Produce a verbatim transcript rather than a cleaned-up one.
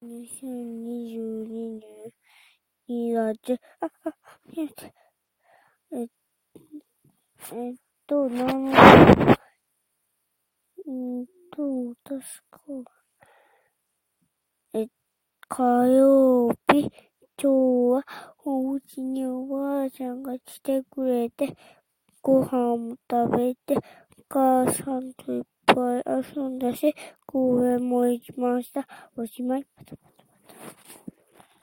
にせんにじゅうにねんにがつ、あ、あ、えっと、えっえっと、なんうんと、確か、え、火曜日、今日はお家におばあちゃんが来てくれて、ご飯も食べて、お母さんといっぱい遊んだし、公園も行きました。おしまい。パタパタパタ